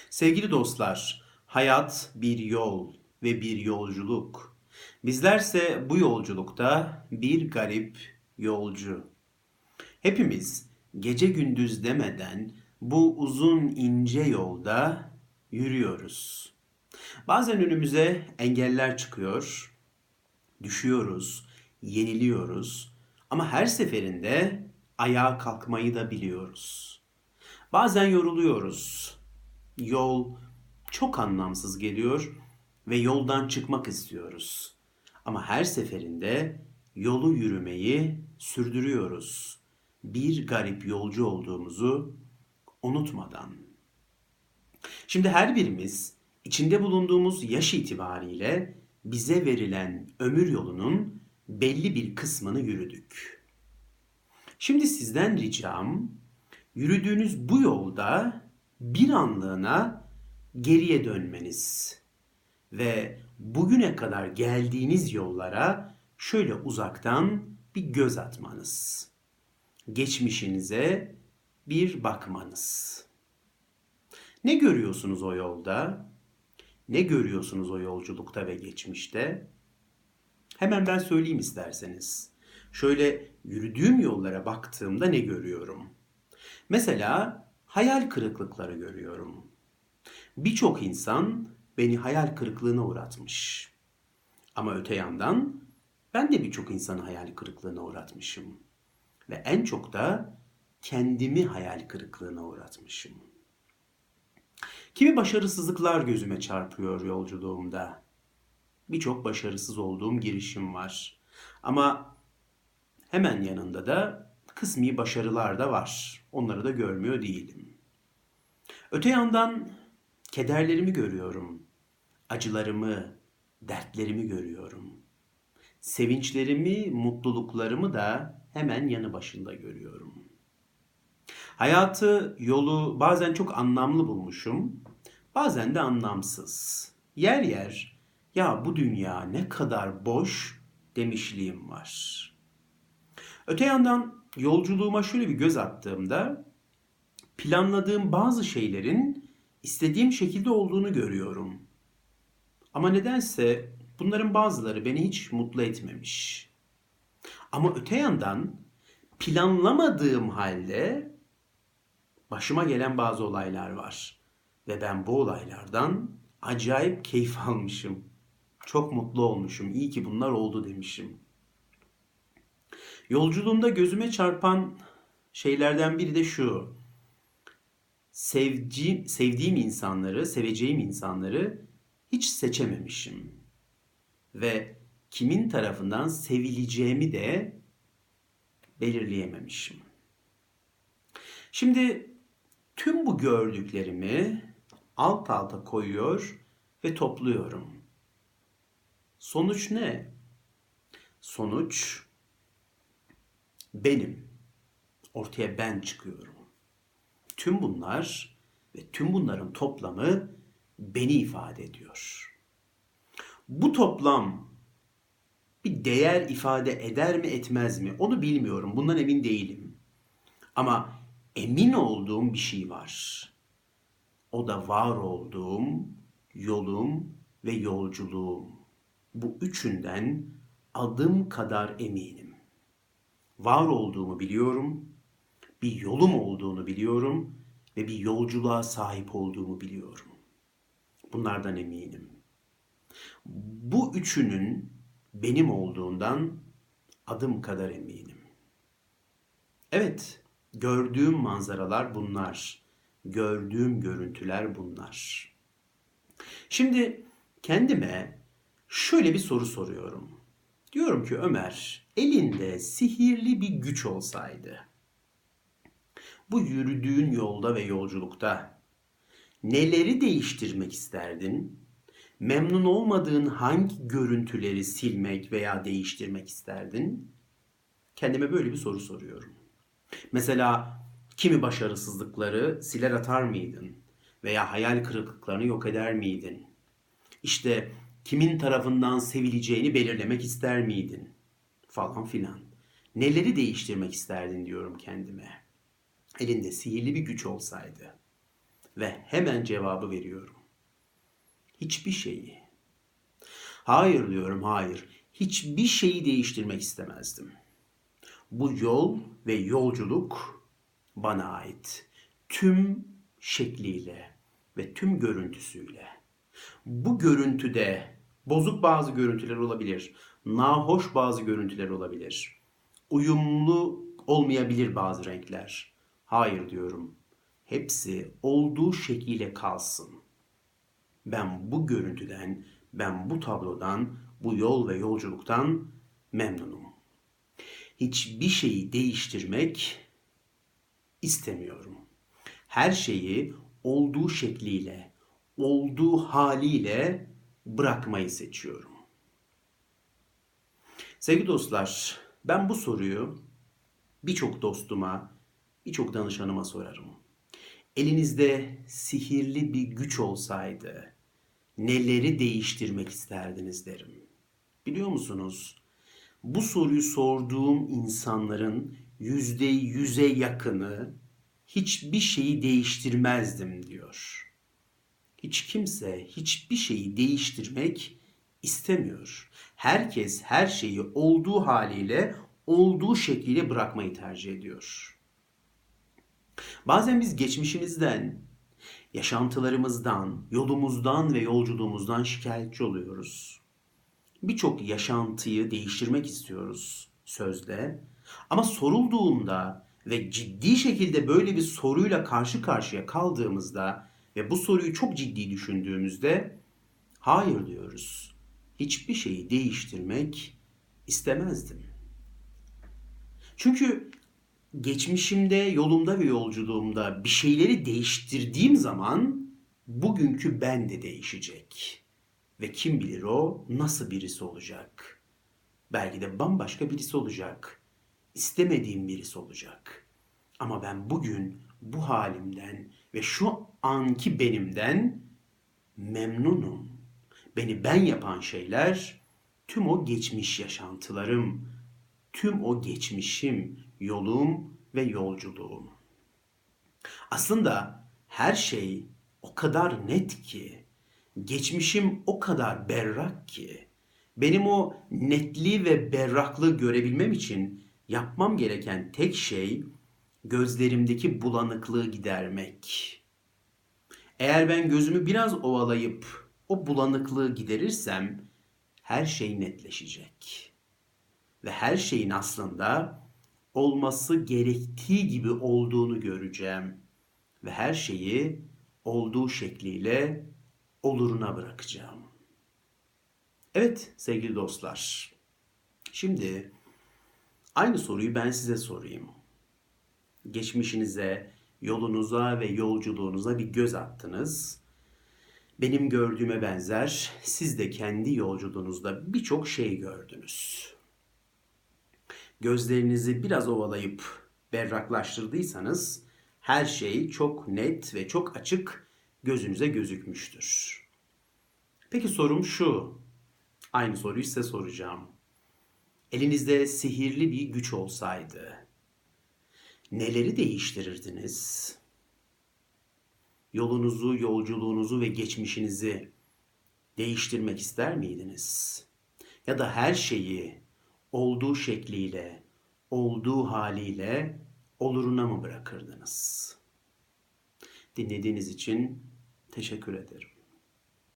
Sevgili dostlar, hayat bir yol ve bir yolculuk. Bizlerse bu yolculukta bir garip yolcu. Hepimiz gece gündüz demeden bu uzun ince yolda yürüyoruz. Bazen önümüze engeller çıkıyor, düşüyoruz, yeniliyoruz ama her seferinde ayağa kalkmayı da biliyoruz. Bazen yoruluyoruz. Yol çok anlamsız geliyor ve yoldan çıkmak istiyoruz. Ama her seferinde yolu yürümeyi sürdürüyoruz. Bir garip yolcu olduğumuzu unutmadan. Şimdi her birimiz içinde bulunduğumuz yaş itibariyle bize verilen ömür yolunun belli bir kısmını yürüdük. Şimdi sizden ricam yürüdüğünüz bu yolda bir anlığına geriye dönmeniz ve bugüne kadar geldiğiniz yollara şöyle uzaktan bir göz atmanız. Geçmişinize bir bakmanız. Ne görüyorsunuz o yolda? Ne görüyorsunuz o yolculukta ve geçmişte? Hemen ben söyleyeyim isterseniz. Şöyle yürüdüğüm yollara baktığımda ne görüyorum? Mesela hayal kırıklıkları görüyorum. Birçok insan beni hayal kırıklığına uğratmış. Ama öte yandan ben de birçok insanı hayal kırıklığına uğratmışım. Ve en çok da kendimi hayal kırıklığına uğratmışım. Kimi başarısızlıklar gözüme çarpıyor yolculuğumda. Birçok başarısız olduğum girişim var. Ama hemen yanında da kısmi başarılar da var. Onları da görmüyor değilim. Öte yandan kederlerimi görüyorum. Acılarımı, dertlerimi görüyorum. Sevinçlerimi, mutluluklarımı da hemen yanı başında görüyorum. Hayatı, yolu bazen çok anlamlı bulmuşum, bazen de anlamsız. Yer yer, ya bu dünya ne kadar boş demişliğim var. Öte yandan yolculuğuma şöyle bir göz attığımda planladığım bazı şeylerin istediğim şekilde olduğunu görüyorum. Ama nedense bunların bazıları beni hiç mutlu etmemiş. Ama öte yandan planlamadığım halde başıma gelen bazı olaylar var. Ve ben bu olaylardan acayip keyif almışım. Çok mutlu olmuşum. İyi ki bunlar oldu demişim. Yolculuğumda gözüme çarpan şeylerden biri de şu. Sevdiğim insanları, seveceğim insanları hiç seçememişim. Ve kimin tarafından sevileceğimi de belirleyememişim. Şimdi tüm bu gördüklerimi alt alta koyuyor ve topluyorum. Sonuç ne? Sonuç benim. Ortaya ben çıkıyorum. Tüm bunlar ve tüm bunların toplamı beni ifade ediyor. Bu toplam bir değer ifade eder mi etmez mi? Onu bilmiyorum. Bundan emin değilim. Ama emin olduğum bir şey var. O da var olduğum yolum ve yolculuğum. Bu üçünden adım kadar eminim. Var olduğumu biliyorum, bir yolum olduğunu biliyorum ve bir yolculuğa sahip olduğumu biliyorum. Bunlardan eminim. Bu üçünün benim olduğundan adım kadar eminim. Evet, gördüğüm manzaralar bunlar. Gördüğüm görüntüler bunlar. Şimdi kendime şöyle bir soru soruyorum. Diyorum ki Ömer, elinde sihirli bir güç olsaydı, bu yürüdüğün yolda ve yolculukta neleri değiştirmek isterdin? Memnun olmadığın hangi görüntüleri silmek veya değiştirmek isterdin? Kendime böyle bir soru soruyorum. Mesela kimi başarısızlıkları siler atar mıydın? Veya hayal kırıklıklarını yok eder miydin? İşte kimin tarafından sevileceğini belirlemek ister miydin? Falan filan. Neleri değiştirmek isterdin diyorum kendime. Elinde sihirli bir güç olsaydı. Ve hemen cevabı veriyorum. Hiçbir şeyi. Hayır diyorum, hayır. Hiçbir şeyi değiştirmek istemezdim. Bu yol ve yolculuk bana ait. Tüm şekliyle ve tüm görüntüsüyle. Bu görüntüde bozuk bazı görüntüler olabilir. Nahoş bazı görüntüler olabilir. Uyumlu olmayabilir bazı renkler. Hayır diyorum. Hepsi olduğu şekliyle kalsın. Ben bu görüntüden, ben bu tablodan, bu yol ve yolculuktan memnunum. Hiçbir şeyi değiştirmek istemiyorum. Her şeyi olduğu şekliyle, olduğu haliyle bırakmayı seçiyorum. Sevgili dostlar, ben bu soruyu birçok dostuma, birçok danışanıma sorarım. Elinizde sihirli bir güç olsaydı neleri değiştirmek isterdiniz derim. Biliyor musunuz? Bu soruyu sorduğum insanların %100'e yakını hiçbir şeyi değiştirmezdim diyor. Hiç kimse hiçbir şeyi değiştirmek istemiyor. Herkes her şeyi olduğu haliyle, olduğu şekliyle bırakmayı tercih ediyor. Bazen biz geçmişimizden, yaşantılarımızdan, yolumuzdan ve yolculuğumuzdan şikayetçi oluyoruz. Birçok yaşantıyı değiştirmek istiyoruz sözde. Ama sorulduğunda ve ciddi şekilde böyle bir soruyla karşı karşıya kaldığımızda ve bu soruyu çok ciddi düşündüğümüzde hayır diyoruz. Hiçbir şeyi değiştirmek istemezdim. Çünkü geçmişimde, yolumda ve yolculuğumda bir şeyleri değiştirdiğim zaman bugünkü ben de değişecek. Ve kim bilir o nasıl birisi olacak? Belki de bambaşka birisi olacak. İstemediğim birisi olacak. Ama ben bugün bu halimden ve şu anki benimden memnunum. Beni ben yapan şeyler tüm o geçmiş yaşantılarım, tüm o geçmişim, yolum ve yolculuğum. Aslında her şey o kadar net ki, geçmişim o kadar berrak ki, benim o netliği ve berraklığı görebilmem için yapmam gereken tek şey gözlerimdeki bulanıklığı gidermek. Eğer ben gözümü biraz ovalayıp o bulanıklığı giderirsem her şey netleşecek. Ve her şeyin aslında olması gerektiği gibi olduğunu göreceğim. Ve her şeyi olduğu şekliyle oluruna bırakacağım. Evet sevgili dostlar. Şimdi aynı soruyu ben size sorayım. Geçmişinize, yolunuza ve yolculuğunuza bir göz attınız. Benim gördüğüme benzer siz de kendi yolculuğunuzda birçok şey gördünüz. Gözlerinizi biraz ovalayıp berraklaştırdıysanız her şey çok net ve çok açık gözünüze gözükmüştür. Peki sorum şu. Aynı soruyu size soracağım. Elinizde sihirli bir güç olsaydı neleri değiştirirdiniz? Yolunuzu, yolculuğunuzu ve geçmişinizi değiştirmek ister miydiniz? Ya da her şeyi olduğu şekliyle, olduğu haliyle oluruna mı bırakırdınız? Dinlediğiniz için teşekkür ederim.